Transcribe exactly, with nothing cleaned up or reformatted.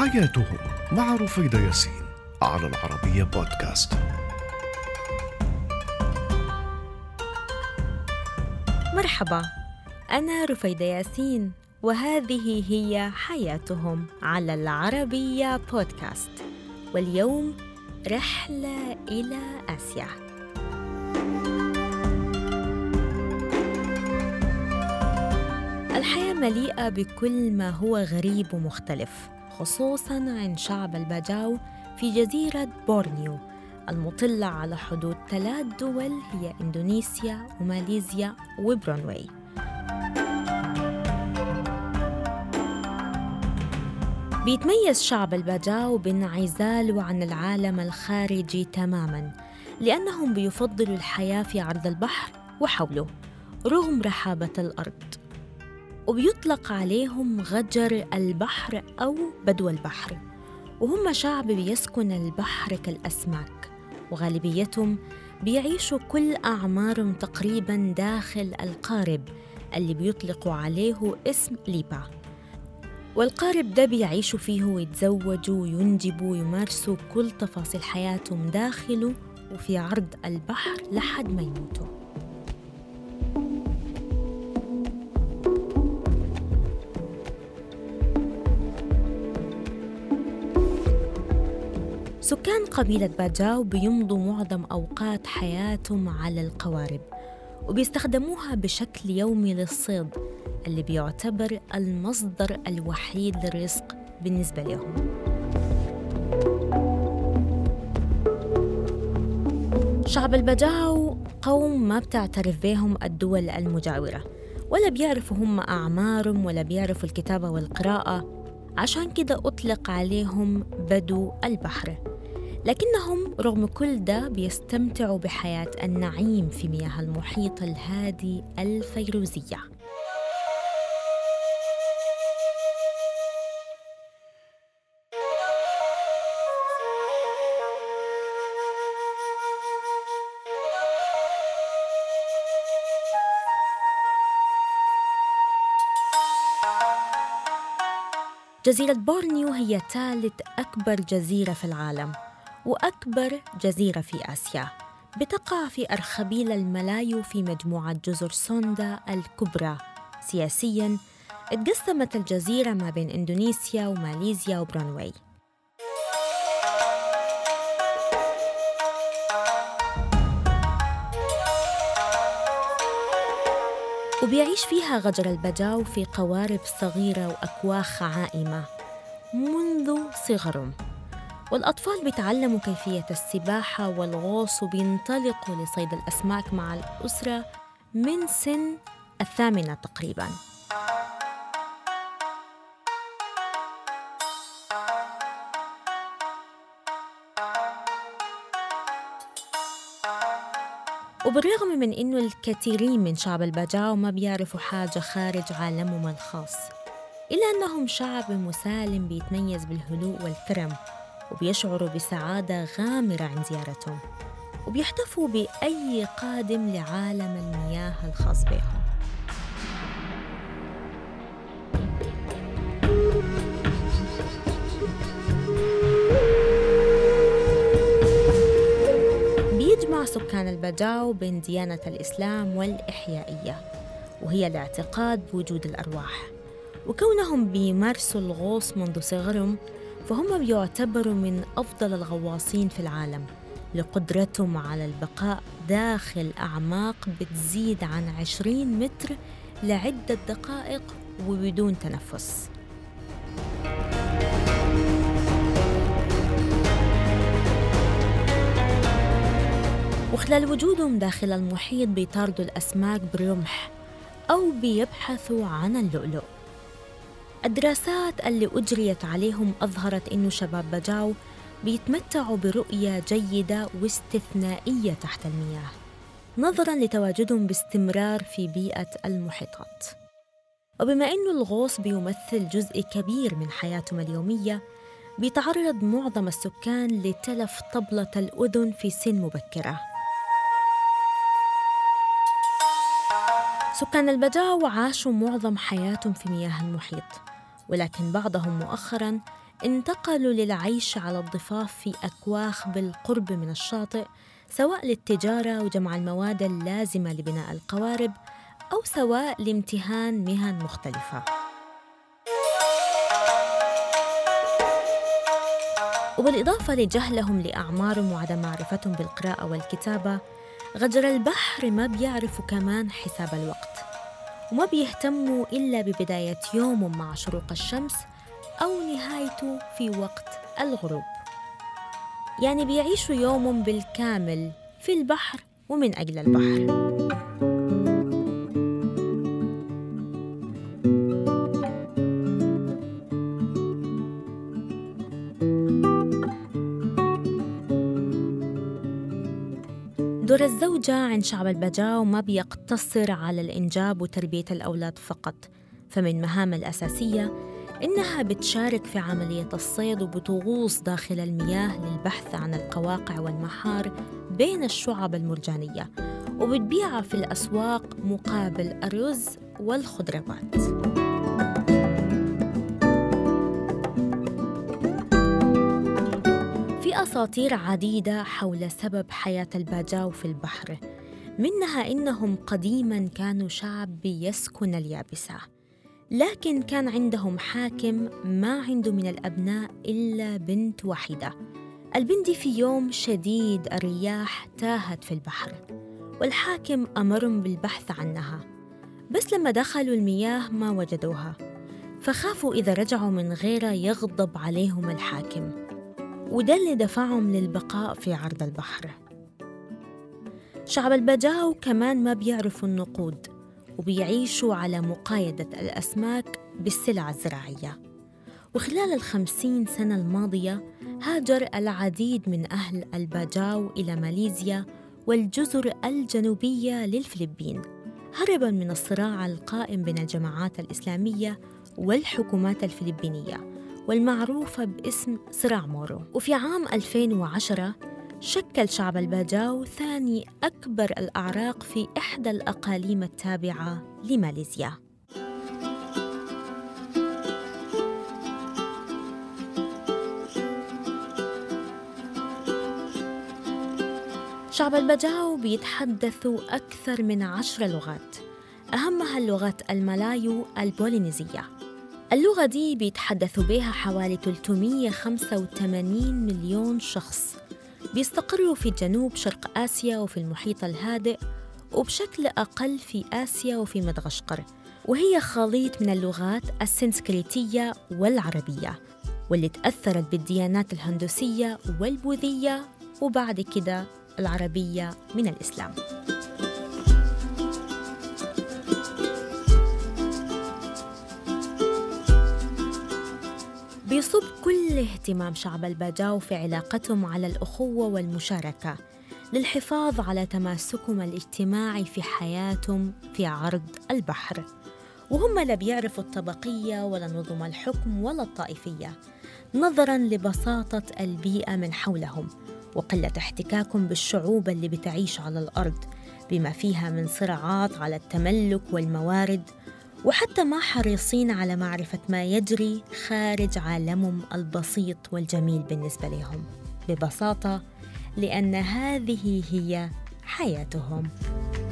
حياتهم مع رفيدة ياسين على العربية بودكاست. مرحبا، أنا رفيدة ياسين وهذه هي حياتهم على العربية بودكاست، واليوم رحلة إلى آسيا. الحياة مليئة بكل ما هو غريب ومختلف، خصوصاً عن شعب الباجاو في جزيرة بورنيو المطلة على حدود ثلاث دول هي إندونيسيا وماليزيا وبرونواي. بيتميز شعب الباجاو بانعزاله عن العالم الخارجي تماماً، لأنهم بيفضلوا الحياة في عرض البحر وحوله رغم رحابة الأرض، وبيطلق عليهم غجر البحر أو بدو البحر، وهم شعب بيسكن البحر كالأسماك، وغالبيتهم بيعيشوا كل أعمارهم تقريباً داخل القارب اللي بيطلقوا عليه اسم ليبا. والقارب ده بيعيشوا فيه ويتزوجوا وينجبوا ويمارسوا كل تفاصيل حياتهم داخله وفي عرض البحر لحد ما يموتوا. سكان قبيلة باجاو بيمضوا معظم أوقات حياتهم على القوارب، وبيستخدموها بشكل يومي للصيد اللي بيعتبر المصدر الوحيد للرزق بالنسبة لهم. شعب الباجاو قوم ما بتعترف بهم الدول المجاورة، ولا بيعرفوا هم أعمارهم ولا بيعرفوا الكتابة والقراءة، عشان كده أطلق عليهم بدو البحر. لكنهم رغم كل ده بيستمتعوا بحياة النعيم في مياه المحيط الهادي الفيروزية. جزيرة بورنيو هي ثالث أكبر جزيرة في العالم وأكبر جزيرة في آسيا. بتقع في أرخبيل الملايو في مجموعة جزر سوندا الكبرى. سياسياً اتقسمت الجزيرة ما بين إندونيسيا وماليزيا وبرونواي. وبيعيش فيها غجر الباجاو في قوارب صغيرة وأكواخ عائمة منذ صغرهم، والأطفال بيتعلموا كيفية السباحة والغوص وبينطلقوا لصيد الأسماك مع الأسرة من سن الثامنة تقريباً. وبالرغم من إنه الكثيرين من شعب الباجاو ما بيعرفوا حاجة خارج عالمهم الخاص، إلا أنهم شعب مسالم بيتميز بالهدوء والكرم، وبيشعروا بسعادة غامرة عند زيارتهم، وبيحتفوا بأي قادم لعالم المياه الخاص بهم. بيجمع سكان الباجاو بين ديانة الإسلام والإحيائية، وهي الاعتقاد بوجود الأرواح. وكونهم بيمارسوا الغوص منذ صغرهم، فهم بيعتبروا من أفضل الغواصين في العالم لقدرتهم على البقاء داخل أعماق بتزيد عن عشرين متر لعدة دقائق وبدون تنفس. وخلال وجودهم داخل المحيط بيطاردوا الأسماك بالرمح أو بيبحثوا عن اللؤلؤ. الدراسات اللي أجريت عليهم أظهرت إنه شباب باجاو بيتمتعوا برؤية جيدة واستثنائية تحت المياه، نظراً لتواجدهم باستمرار في بيئة المحيطات. وبما إنه الغوص بيمثل جزء كبير من حياتهم اليومية، بيتعرض معظم السكان لتلف طبلة الأذن في سن مبكرة. سكان الباجاو عاشوا معظم حياتهم في مياه المحيط، ولكن بعضهم مؤخراً انتقلوا للعيش على الضفاف في أكواخ بالقرب من الشاطئ، سواء للتجارة وجمع المواد اللازمة لبناء القوارب أو سواء لامتهان مهن مختلفة. وبالإضافة لجهلهم لأعمارهم وعدم معرفتهم بالقراءة والكتابة، غجر البحر ما بيعرفوا كمان حساب الوقت، وما بيهتموا إلا ببداية يومهم مع شروق الشمس أو نهايته في وقت الغروب. يعني بيعيشوا يومهم بالكامل في البحر ومن أجل البحر. دور الزوجة عند شعب البجاو ما بيقتصر على الإنجاب وتربية الأولاد فقط، فمن مهامها الأساسية إنها بتشارك في عملية الصيد وبتغوص داخل المياه للبحث عن القواقع والمحار بين الشعب المرجانية، وبتبيعها في الأسواق مقابل الرز والخضروات. في أساطير عديدة حول سبب حياة البجاو في البحر، منها إنهم قديماً كانوا شعب يسكن اليابسة، لكن كان عندهم حاكم ما عنده من الأبناء إلا بنت واحدة. البنت في يوم شديد الرياح تاهت في البحر، والحاكم أمرهم بالبحث عنها، بس لما دخلوا المياه ما وجدوها، فخافوا إذا رجعوا من غيرها يغضب عليهم الحاكم، وده اللي دفعهم للبقاء في عرض البحر. شعب البجاو كمان ما بيعرفوا النقود، وبيعيشوا على مقايدة الأسماك بالسلع الزراعية. وخلال الخمسين سنة الماضية هاجر العديد من أهل البجاو إلى ماليزيا والجزر الجنوبية للفلبين، هرباً من الصراع القائم بين الجماعات الإسلامية والحكومات الفلبينية والمعروفة باسم صراع مورو. وفي عام ألفين وعشرة شكل شعب البجاو ثاني أكبر الأعراق في إحدى الأقاليم التابعة لماليزيا. شعب البجاو بيتحدثوا أكثر من عشر لغات، أهمها اللغة الملايو البولينيزية. اللغة دي بيتحدثوا بها حوالي ثلاثمئة وخمسة وثمانين مليون شخص، بيستقروا في جنوب شرق آسيا وفي المحيط الهادئ، وبشكل أقل في آسيا وفي مدغشقر، وهي خليط من اللغات السنسكريتية والعربية، واللي تأثرت بالديانات الهندوسية والبوذية، وبعد كده العربية من الإسلام. بيصب كل اهتمام شعب البجاو في علاقتهم على الأخوة والمشاركة للحفاظ على تماسكهم الاجتماعي في حياتهم في عرض البحر، وهم لا بيعرفوا الطبقية ولا نظم الحكم ولا الطائفية، نظراً لبساطة البيئة من حولهم وقلة احتكاكهم بالشعوب اللي بتعيش على الأرض، بما فيها من صراعات على التملك والموارد، وحتى ما حريصين على معرفة ما يجري خارج عالمهم البسيط والجميل بالنسبة لهم، ببساطة لأن هذه هي حياتهم.